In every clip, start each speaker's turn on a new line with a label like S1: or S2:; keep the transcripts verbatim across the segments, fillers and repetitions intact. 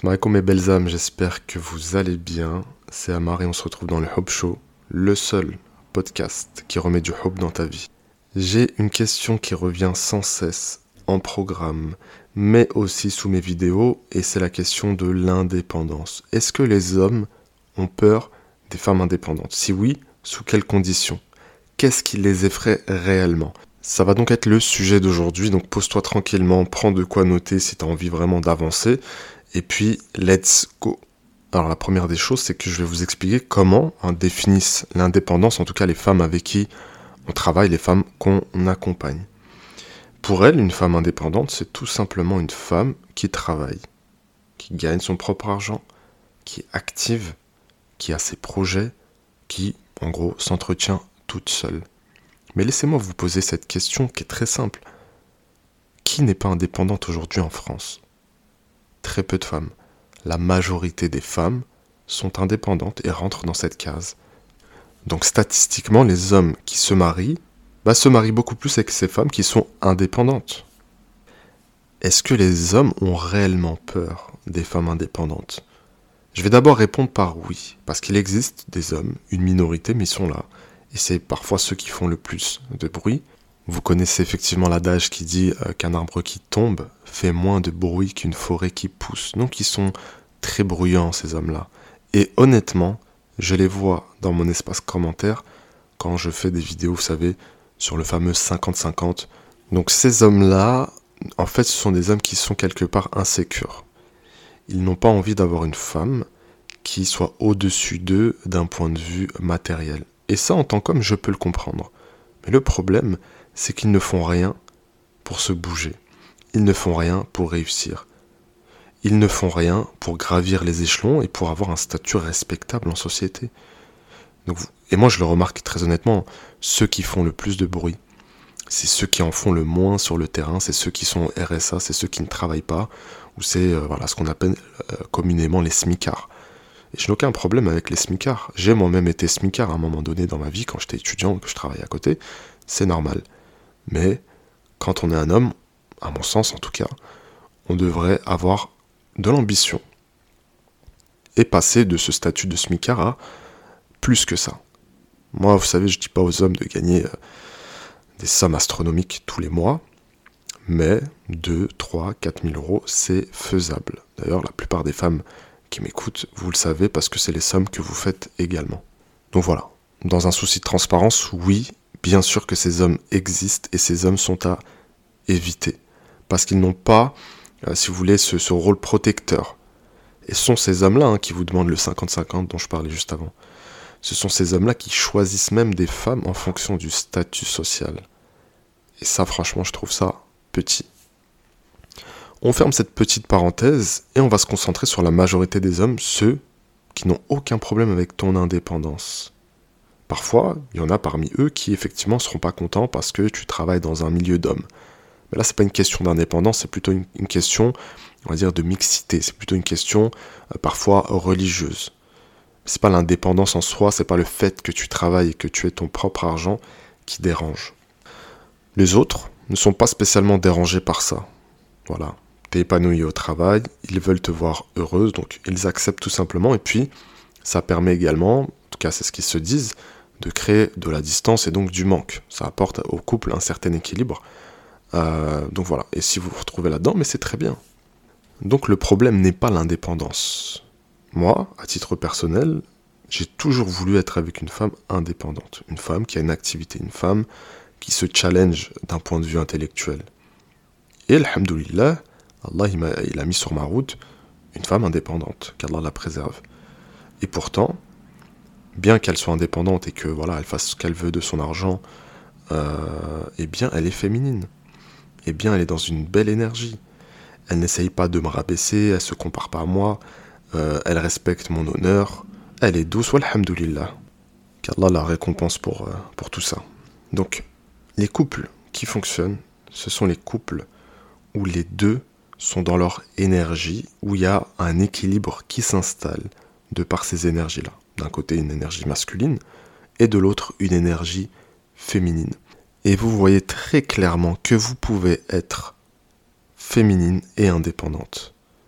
S1: Assalamu mes belles âmes, j'espère que vous allez bien. C'est Amar et on se retrouve dans le Hub Show, le seul podcast qui remet du hub dans ta vie. J'ai une question qui revient sans cesse en programme, mais aussi sous mes vidéos, et c'est la question de l'indépendance. Est-ce que les hommes ont peur des femmes indépendantes? Si oui, sous quelles conditions? Qu'est-ce qui les effraie réellement? Ça va donc être le sujet d'aujourd'hui, donc pose-toi tranquillement, prends de quoi noter si tu as envie vraiment d'avancer, et puis let's go. Alors la première des choses, c'est que je vais vous expliquer comment hein, définissent l'indépendance, en tout cas les femmes avec qui on travaille, les femmes qu'on accompagne. Pour elles, une femme indépendante, c'est tout simplement une femme qui travaille, qui gagne son propre argent, qui est active, qui a ses projets, qui, en gros, s'entretient toute seule. Mais laissez-moi vous poser cette question qui est très simple. Qui n'est pas indépendante aujourd'hui en France? Très peu de femmes. La majorité des femmes sont indépendantes et rentrent dans cette case. Donc statistiquement, les hommes qui se marient, bah, se marient beaucoup plus avec ces femmes qui sont indépendantes. Est-ce que les hommes ont réellement peur des femmes indépendantes? Je vais d'abord répondre par oui, parce qu'il existe des hommes, une minorité, mais ils sont là. Et c'est parfois ceux qui font le plus de bruit. Vous connaissez effectivement l'adage qui dit euh, qu'un arbre qui tombe fait moins de bruit qu'une forêt qui pousse. Donc ils sont très bruyants, ces hommes-là. Et honnêtement, je les vois dans mon espace commentaire quand je fais des vidéos, vous savez, sur le fameux cinquante cinquante. Donc ces hommes-là, en fait, ce sont des hommes qui sont quelque part insécures. Ils n'ont pas envie d'avoir une femme qui soit au-dessus d'eux d'un point de vue matériel. Et ça, en tant qu'homme, je peux le comprendre. Mais le problème, c'est qu'ils ne font rien pour se bouger. Ils ne font rien pour réussir. Ils ne font rien pour gravir les échelons et pour avoir un statut respectable en société. Donc, et moi, je le remarque très honnêtement, ceux qui font le plus de bruit, c'est ceux qui en font le moins sur le terrain, c'est ceux qui sont R S A, c'est ceux qui ne travaillent pas, ou c'est euh, voilà, ce qu'on appelle euh, communément les smicards. Et je n'ai aucun problème avec les smicards. J'ai moi-même été smicard à un moment donné dans ma vie, quand j'étais étudiant, que je travaillais à côté, c'est normal. Mais quand on est un homme, à mon sens en tout cas, on devrait avoir de l'ambition et passer de ce statut de smicard à plus que ça. Moi, vous savez, je dis pas aux hommes de gagner euh, des sommes astronomiques tous les mois, mais deux, trois, quatre mille euros, c'est faisable. D'ailleurs, la plupart des femmes qui m'écoutent, vous le savez, parce que c'est les sommes que vous faites également. Donc voilà, dans un souci de transparence, oui, bien sûr que ces hommes existent et ces hommes sont à éviter. Parce qu'ils n'ont pas, euh, si vous voulez, ce, ce rôle protecteur. Et ce sont ces hommes-là hein, qui vous demandent le cinquante cinquante dont je parlais juste avant. Ce sont ces hommes-là qui choisissent même des femmes en fonction du statut social. Et ça, franchement, je trouve ça petit. On ferme cette petite parenthèse et on va se concentrer sur la majorité des hommes, ceux qui n'ont aucun problème avec ton indépendance. Parfois, il y en a parmi eux qui effectivement ne seront pas contents parce que tu travailles dans un milieu d'hommes. Mais là, c'est pas une question d'indépendance, c'est plutôt une, une question, on va dire, de mixité. C'est plutôt une question euh, parfois religieuse. C'est pas l'indépendance en soi, c'est pas le fait que tu travailles et que tu aies ton propre argent qui dérange. Les autres ne sont pas spécialement dérangés par ça. Voilà. T'es épanoui au travail, ils veulent te voir heureuse, donc ils acceptent tout simplement. Et puis, ça permet également, en tout cas c'est ce qu'ils se disent, de créer de la distance et donc du manque. Ça apporte au couple un certain équilibre. Euh, donc voilà, et si vous vous retrouvez là-dedans, mais c'est très bien. Donc le problème n'est pas l'indépendance. Moi, à titre personnel, j'ai toujours voulu être avec une femme indépendante. Une femme qui a une activité, une femme qui se challenge d'un point de vue intellectuel. Et alhamdoulilah, Allah il, m'a, il a mis sur ma route une femme indépendante, qu'Allah la préserve. Et pourtant, bien qu'elle soit indépendante et que voilà, elle fasse ce qu'elle veut de son argent, euh, eh bien elle est féminine. Eh bien elle est dans une belle énergie. Elle n'essaye pas de me rabaisser, elle se compare pas à moi, euh, elle respecte mon honneur, elle est douce, walhamdoulilah. Qu'Allah la récompense pour, euh, pour tout ça. Donc, les couples qui fonctionnent, ce sont les couples où les deux sont dans leur énergie, où il y a un équilibre qui s'installe de par ces énergies-là. D'un côté, une énergie masculine, et de l'autre, une énergie féminine. Et vous voyez très clairement que vous pouvez être féminine et indépendante.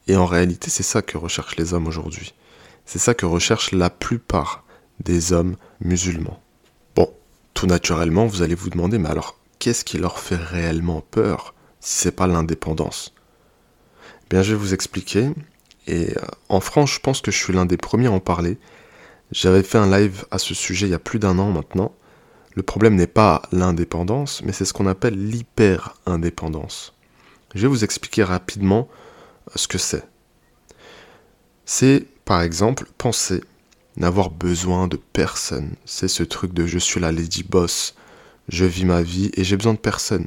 S1: Et en réalité, c'est ça que recherchent les hommes aujourd'hui. C'est ça que recherchent la plupart des hommes musulmans. Bon, tout naturellement, vous allez vous demander, mais alors, qu'est-ce qui leur fait réellement peur si c'est pas l'indépendance ? Eh bien, je vais vous expliquer. Et euh, en France, je pense que je suis l'un des premiers à en parler. J'avais fait un live à ce sujet il y a plus d'un an maintenant. Le problème n'est pas l'indépendance, mais c'est ce qu'on appelle l'hyper-indépendance. Je vais vous expliquer rapidement ce que c'est. C'est, par exemple, penser n'avoir besoin de personne. C'est ce truc de je suis la lady boss, je vis ma vie et j'ai besoin de personne.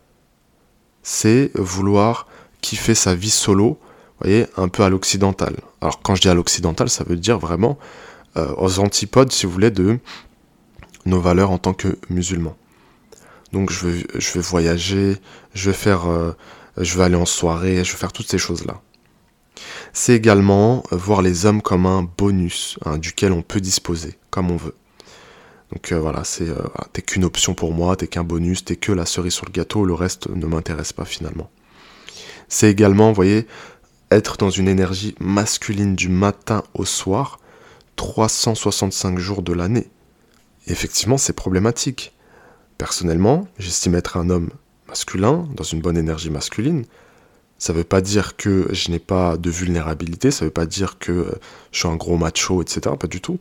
S1: C'est vouloir kiffer sa vie solo, vous voyez, un peu à l'occidental. Alors quand je dis à l'occidental, ça veut dire vraiment euh, aux antipodes, si vous voulez, de nos valeurs en tant que musulmans. Donc je vais, je vais voyager, je vais faire, euh, je vais aller en soirée, je vais faire toutes ces choses-là. C'est également voir les hommes comme un bonus hein, duquel on peut disposer, comme on veut. Donc euh, voilà, c'est euh, t'es qu'une option pour moi, t'es qu'un bonus, t'es que la cerise sur le gâteau, le reste ne m'intéresse pas finalement. C'est également, vous voyez, être dans une énergie masculine du matin au soir, trois cent soixante-cinq jours de l'année. Et effectivement, c'est problématique. Personnellement, j'estime être un homme masculin, dans une bonne énergie masculine. Ça ne veut pas dire que je n'ai pas de vulnérabilité, ça ne veut pas dire que je suis un gros macho, et cetera. Pas du tout.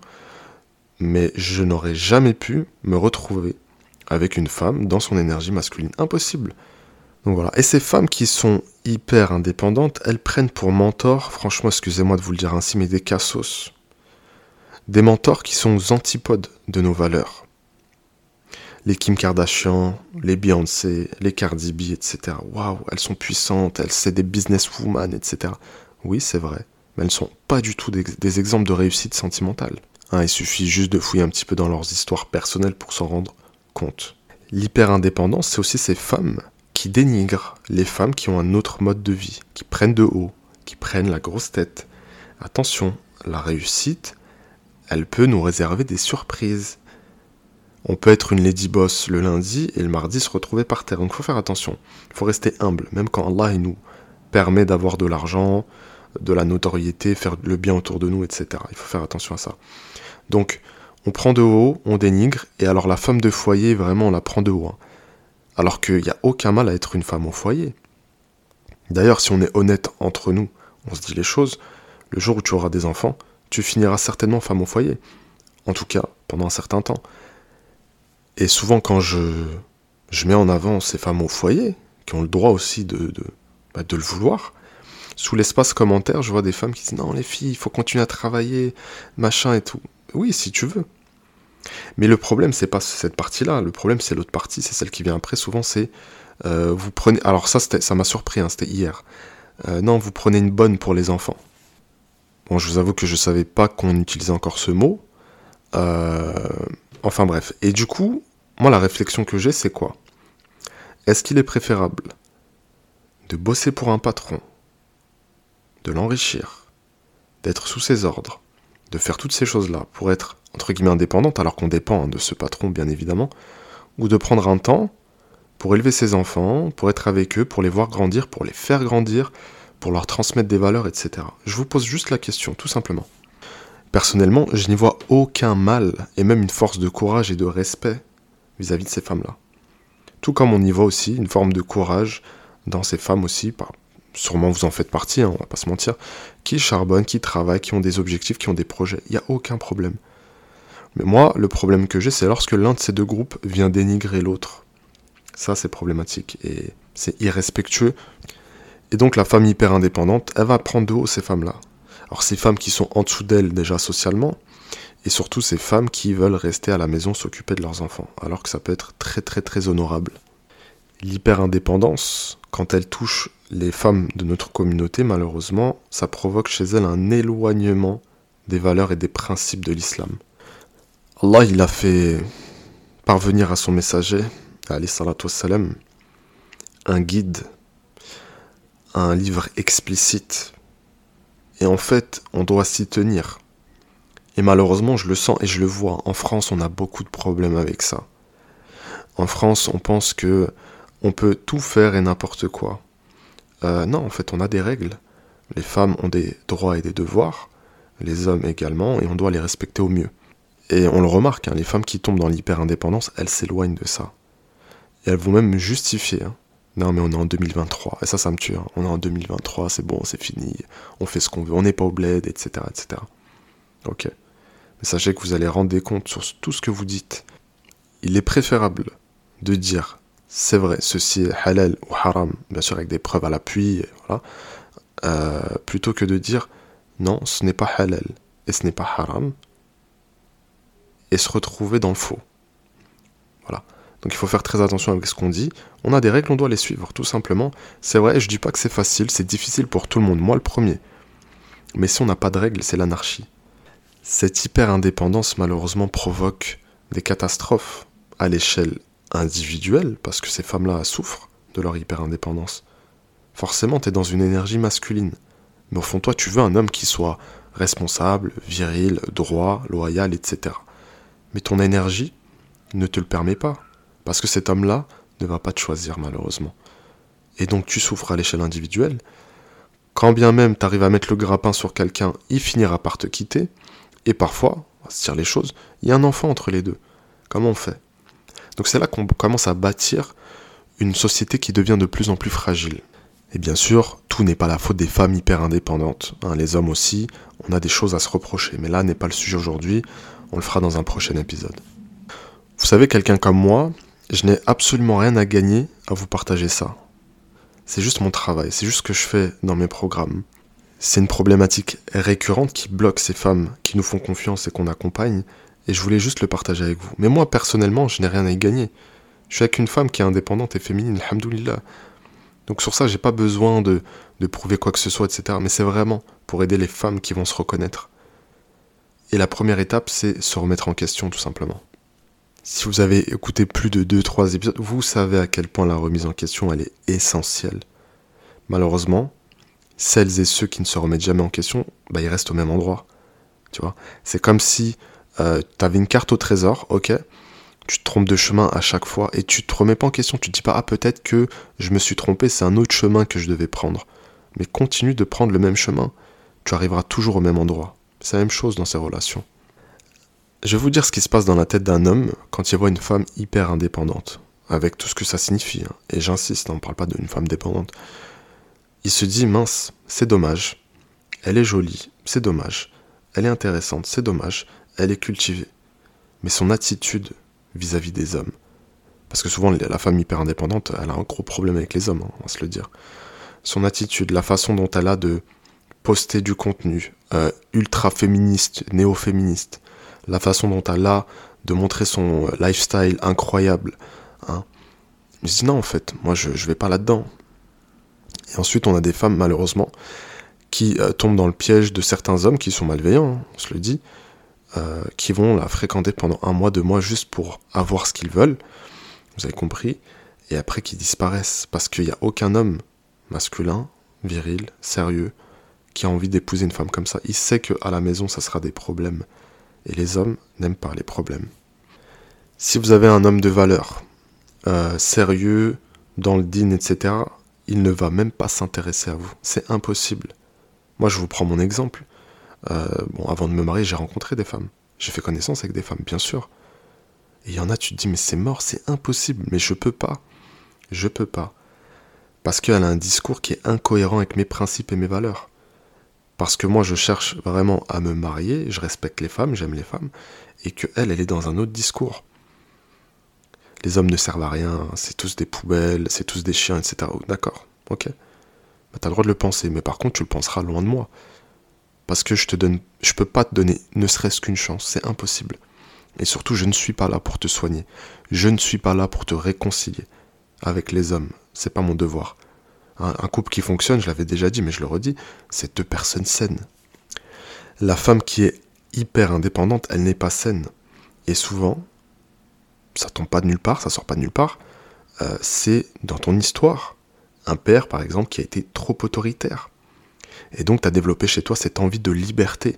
S1: Mais je n'aurais jamais pu me retrouver avec une femme dans son énergie masculine. Impossible. Donc voilà. Et ces femmes qui sont hyper indépendantes, elles prennent pour mentors, franchement, excusez-moi de vous le dire ainsi, mais des cassos. Des mentors qui sont aux antipodes de nos valeurs. Les Kim Kardashian, les Beyoncé, les Cardi B, et cetera. Waouh, elles sont puissantes, elles sont des businesswomen, et cetera. Oui, c'est vrai, mais elles ne sont pas du tout des, des exemples de réussite sentimentale. Hein, il suffit juste de fouiller un petit peu dans leurs histoires personnelles pour s'en rendre compte. L'hyper-indépendance, c'est aussi ces femmes qui dénigrent les femmes qui ont un autre mode de vie, qui prennent de haut, qui prennent la grosse tête. Attention, la réussite, elle peut nous réserver des surprises. On peut être une lady boss le lundi et le mardi se retrouver par terre. Donc il faut faire attention. Il faut rester humble. Même quand Allah il nous permet d'avoir de l'argent, de la notoriété, faire le bien autour de nous, et cetera. Il faut faire attention à ça. Donc on prend de haut, on dénigre. Et alors la femme de foyer, vraiment on la prend de haut. Hein. Alors qu'il n'y a aucun mal à être une femme au foyer. D'ailleurs si on est honnête entre nous, on se dit les choses. Le jour où tu auras des enfants, tu finiras certainement femme au foyer. En tout cas, pendant un certain temps. Et souvent, quand je, je mets en avant ces femmes au foyer, qui ont le droit aussi de, de, bah de le vouloir, sous l'espace commentaire, je vois des femmes qui disent « Non, les filles, il faut continuer à travailler, machin et tout. » Oui, si tu veux. Mais le problème, c'est pas cette partie-là. Le problème, c'est l'autre partie, c'est celle qui vient après. Souvent, c'est euh, vous prenez... Alors ça, ça m'a surpris, hein, c'était hier. Euh, non, vous prenez une bonne pour les enfants. Bon, je vous avoue que je savais pas qu'on utilisait encore ce mot. Euh... Enfin bref. Et du coup, moi, la réflexion que j'ai, c'est quoi ? Est-ce qu'il est préférable de bosser pour un patron, de l'enrichir, d'être sous ses ordres, de faire toutes ces choses-là pour être, entre guillemets, indépendante, alors qu'on dépend hein, de ce patron, bien évidemment, ou de prendre un temps pour élever ses enfants, pour être avec eux, pour les voir grandir, pour les faire grandir, pour leur transmettre des valeurs, et cetera. Je vous pose juste la question, tout simplement. Personnellement, je n'y vois aucun mal, et même une force de courage et de respect vis-à-vis de ces femmes-là. Tout comme on y voit aussi une forme de courage dans ces femmes aussi, bah, sûrement vous en faites partie, hein, on va pas se mentir, qui charbonnent, qui travaillent, qui ont des objectifs, qui ont des projets. Il n'y a aucun problème. Mais moi, le problème que j'ai, c'est lorsque l'un de ces deux groupes vient dénigrer l'autre. Ça, c'est problématique, et c'est irrespectueux. Et donc la femme hyper indépendante, elle va prendre de haut ces femmes-là. Alors ces femmes qui sont en dessous d'elles déjà socialement, et surtout ces femmes qui veulent rester à la maison s'occuper de leurs enfants, alors que ça peut être très très très honorable. L'hyper-indépendance, quand elle touche les femmes de notre communauté, malheureusement, ça provoque chez elles un éloignement des valeurs et des principes de l'islam. Allah, il a fait parvenir à son messager, alayhi salatu wassalam, un guide, un livre explicite. Et en fait, on doit s'y tenir. Et malheureusement, je le sens et je le vois. En France, on a beaucoup de problèmes avec ça. En France, on pense que on peut tout faire et n'importe quoi. Euh, non, en fait, on a des règles. Les femmes ont des droits et des devoirs, les hommes également, et on doit les respecter au mieux. Et on le remarque, hein, les femmes qui tombent dans l'hyper-indépendance, elles s'éloignent de ça. Et elles vont même justifier. Hein. Non mais on est en deux mille vingt-trois, et ça, ça me tue. Hein. On est en deux mille vingt-trois, c'est bon, c'est fini, on fait ce qu'on veut, on n'est pas au bled, et cetera, et cetera. Ok. Mais sachez que vous allez rendre des comptes sur tout ce que vous dites. Il est préférable de dire, c'est vrai, ceci est halal ou haram, bien sûr avec des preuves à l'appui, voilà, euh, plutôt que de dire, non, ce n'est pas halal, et ce n'est pas haram, et se retrouver dans le faux. Voilà. Donc il faut faire très attention avec ce qu'on dit. On a des règles, on doit les suivre, tout simplement. C'est vrai, je dis pas que c'est facile, c'est difficile pour tout le monde, moi le premier. Mais si on n'a pas de règles, c'est l'anarchie. Cette hyper-indépendance, malheureusement, provoque des catastrophes à l'échelle individuelle, parce que ces femmes-là souffrent de leur hyper-indépendance. Forcément, t'es dans une énergie masculine. Mais au fond, toi, tu veux un homme qui soit responsable, viril, droit, loyal, et cetera. Mais ton énergie ne te le permet pas, parce que cet homme-là ne va pas te choisir malheureusement. Et donc tu souffres à l'échelle individuelle. Quand bien même tu arrives à mettre le grappin sur quelqu'un, il finira par te quitter. Et parfois, on va se dire les choses, il y a un enfant entre les deux. Comment on fait ? Donc c'est là qu'on commence à bâtir une société qui devient de plus en plus fragile. Et bien sûr, tout n'est pas la faute des femmes hyper indépendantes. Hein, les hommes aussi, on a des choses à se reprocher. Mais là n'est pas le sujet aujourd'hui, on le fera dans un prochain épisode. Vous savez, quelqu'un comme moi, je n'ai absolument rien à gagner à vous partager ça. C'est juste mon travail, c'est juste ce que je fais dans mes programmes. C'est une problématique récurrente qui bloque ces femmes qui nous font confiance et qu'on accompagne, et je voulais juste le partager avec vous. Mais moi, personnellement, je n'ai rien à y gagner. Je suis avec une femme qui est indépendante et féminine, alhamdoulilah. Donc sur ça, j'ai pas besoin de, de prouver quoi que ce soit, et cetera. Mais c'est vraiment pour aider les femmes qui vont se reconnaître. Et la première étape, c'est se remettre en question, tout simplement. Si vous avez écouté plus de deux trois épisodes, vous savez à quel point la remise en question, elle est essentielle. Malheureusement, celles et ceux qui ne se remettent jamais en question, bah, ils restent au même endroit. Tu vois, c'est comme si euh, tu avais une carte au trésor, ok, tu te trompes de chemin à chaque fois et tu te remets pas en question. Tu te dis pas, ah peut-être que je me suis trompé, c'est un autre chemin que je devais prendre. Mais continue de prendre le même chemin, tu arriveras toujours au même endroit. C'est la même chose dans ces relations. Je vais vous dire ce qui se passe dans la tête d'un homme quand il voit une femme hyper indépendante, avec tout ce que ça signifie, hein. Et j'insiste, on ne parle pas d'une femme dépendante. Il se dit, mince, c'est dommage, elle est jolie, c'est dommage, elle est intéressante, c'est dommage, elle est cultivée. Mais son attitude vis-à-vis des hommes, parce que souvent la femme hyper indépendante, elle a un gros problème avec les hommes, hein, on va se le dire. Son attitude, la façon dont elle a de poster du contenu, euh, ultra féministe, néo-féministe, la façon dont elle a de montrer son lifestyle incroyable. Hein. Je me dis non, en fait, moi je, je vais pas là-dedans. Et ensuite, on a des femmes, malheureusement, qui euh, tombent dans le piège de certains hommes qui sont malveillants, hein, on se le dit, euh, qui vont la fréquenter pendant un mois, deux mois, juste pour avoir ce qu'ils veulent. Vous avez compris. Et après, qui disparaissent. Parce qu'il n'y a aucun homme masculin, viril, sérieux, qui a envie d'épouser une femme comme ça. Il sait qu'à la maison, ça sera des problèmes. Et les hommes n'aiment pas les problèmes. Si vous avez un homme de valeur, euh, sérieux, dans le din, et cetera, il ne va même pas s'intéresser à vous. C'est impossible. Moi, je vous prends mon exemple. Euh, bon, avant de me marier, j'ai rencontré des femmes. J'ai fait connaissance avec des femmes, bien sûr. Et il y en a, tu te dis, mais c'est mort, c'est impossible. Mais je peux pas. Je peux pas. Parce qu'elle a un discours qui est incohérent avec mes principes et mes valeurs. Parce que moi, je cherche vraiment à me marier, je respecte les femmes, j'aime les femmes, et qu'elle, elle est dans un autre discours. Les hommes ne servent à rien, c'est tous des poubelles, c'est tous des chiens, et cetera. Oh, d'accord, ok. Bah, t'as le droit de le penser, mais par contre, tu le penseras loin de moi. Parce que je te donne, je peux pas te donner ne serait-ce qu'une chance, c'est impossible. Et surtout, je ne suis pas là pour te soigner. Je ne suis pas là pour te réconcilier avec les hommes. C'est pas mon devoir. Un couple qui fonctionne, je l'avais déjà dit, mais je le redis, c'est deux personnes saines. La femme qui est hyper indépendante, elle n'est pas saine. Et souvent, ça tombe pas de nulle part, ça sort pas de nulle part, euh, c'est dans ton histoire. Un père, par exemple, qui a été trop autoritaire. Et donc, tu as développé chez toi cette envie de liberté.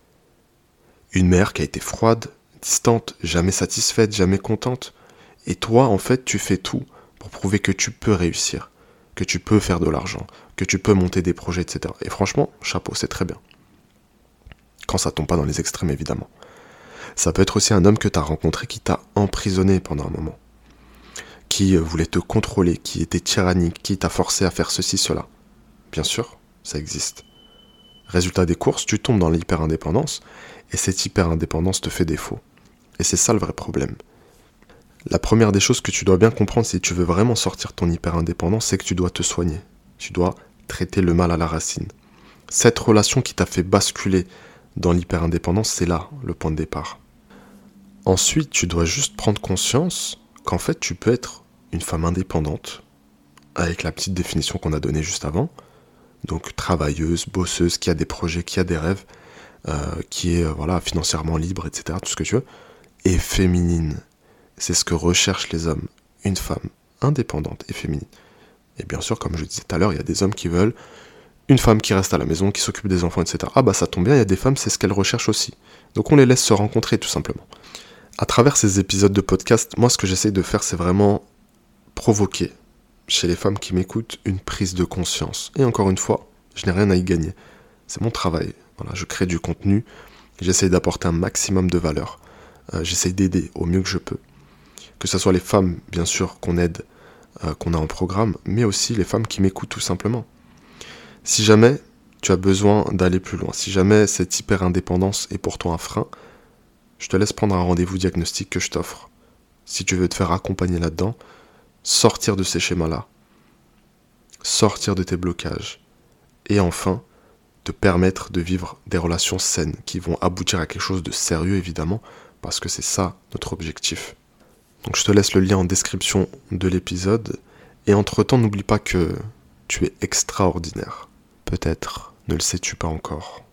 S1: Une mère qui a été froide, distante, jamais satisfaite, jamais contente. Et toi, en fait, tu fais tout pour prouver que tu peux réussir. que tu peux faire de l'argent, que tu peux monter des projets, et cetera. Et franchement, chapeau, c'est très bien. Quand ça tombe pas dans les extrêmes, évidemment. Ça peut être aussi un homme que tu as rencontré qui t'a emprisonné pendant un moment, qui voulait te contrôler, qui était tyrannique, qui t'a forcé à faire ceci, cela. Bien sûr, ça existe. Résultat des courses, tu tombes dans l'hyper-indépendance, et cette hyper-indépendance te fait défaut. Et c'est ça le vrai problème. La première des choses que tu dois bien comprendre si tu veux vraiment sortir de ton hyper-indépendance, c'est que tu dois te soigner. Tu dois traiter le mal à la racine. Cette relation qui t'a fait basculer dans l'hyper-indépendance, c'est là le point de départ. Ensuite, tu dois juste prendre conscience qu'en fait, tu peux être une femme indépendante, avec la petite définition qu'on a donnée juste avant, donc travailleuse, bosseuse, qui a des projets, qui a des rêves, euh, qui est euh, voilà, financièrement libre, et cetera, tout ce que tu veux, et féminine. C'est ce que recherchent les hommes, une femme indépendante et féminine. Et bien sûr, comme je disais tout à l'heure, il y a des hommes qui veulent une femme qui reste à la maison, qui s'occupe des enfants, et cetera. Ah bah ça tombe bien, il y a des femmes, c'est ce qu'elles recherchent aussi. Donc on les laisse se rencontrer tout simplement. À travers ces épisodes de podcast, moi ce que j'essaye de faire, c'est vraiment provoquer chez les femmes qui m'écoutent une prise de conscience. Et encore une fois, je n'ai rien à y gagner. C'est mon travail. Voilà, je crée du contenu, j'essaye d'apporter un maximum de valeur. Euh, j'essaye d'aider au mieux que je peux. Que ce soit les femmes, bien sûr, qu'on aide, euh, qu'on a en programme, mais aussi les femmes qui m'écoutent tout simplement. Si jamais tu as besoin d'aller plus loin, si jamais cette hyper-indépendance est pour toi un frein, je te laisse prendre un rendez-vous diagnostic que je t'offre. Si tu veux te faire accompagner là-dedans, sortir de ces schémas-là, sortir de tes blocages, et enfin, te permettre de vivre des relations saines qui vont aboutir à quelque chose de sérieux, évidemment, parce que c'est ça notre objectif. Donc je te laisse le lien en description de l'épisode, et entre-temps, n'oublie pas que tu es extraordinaire. Peut-être ne le sais-tu pas encore.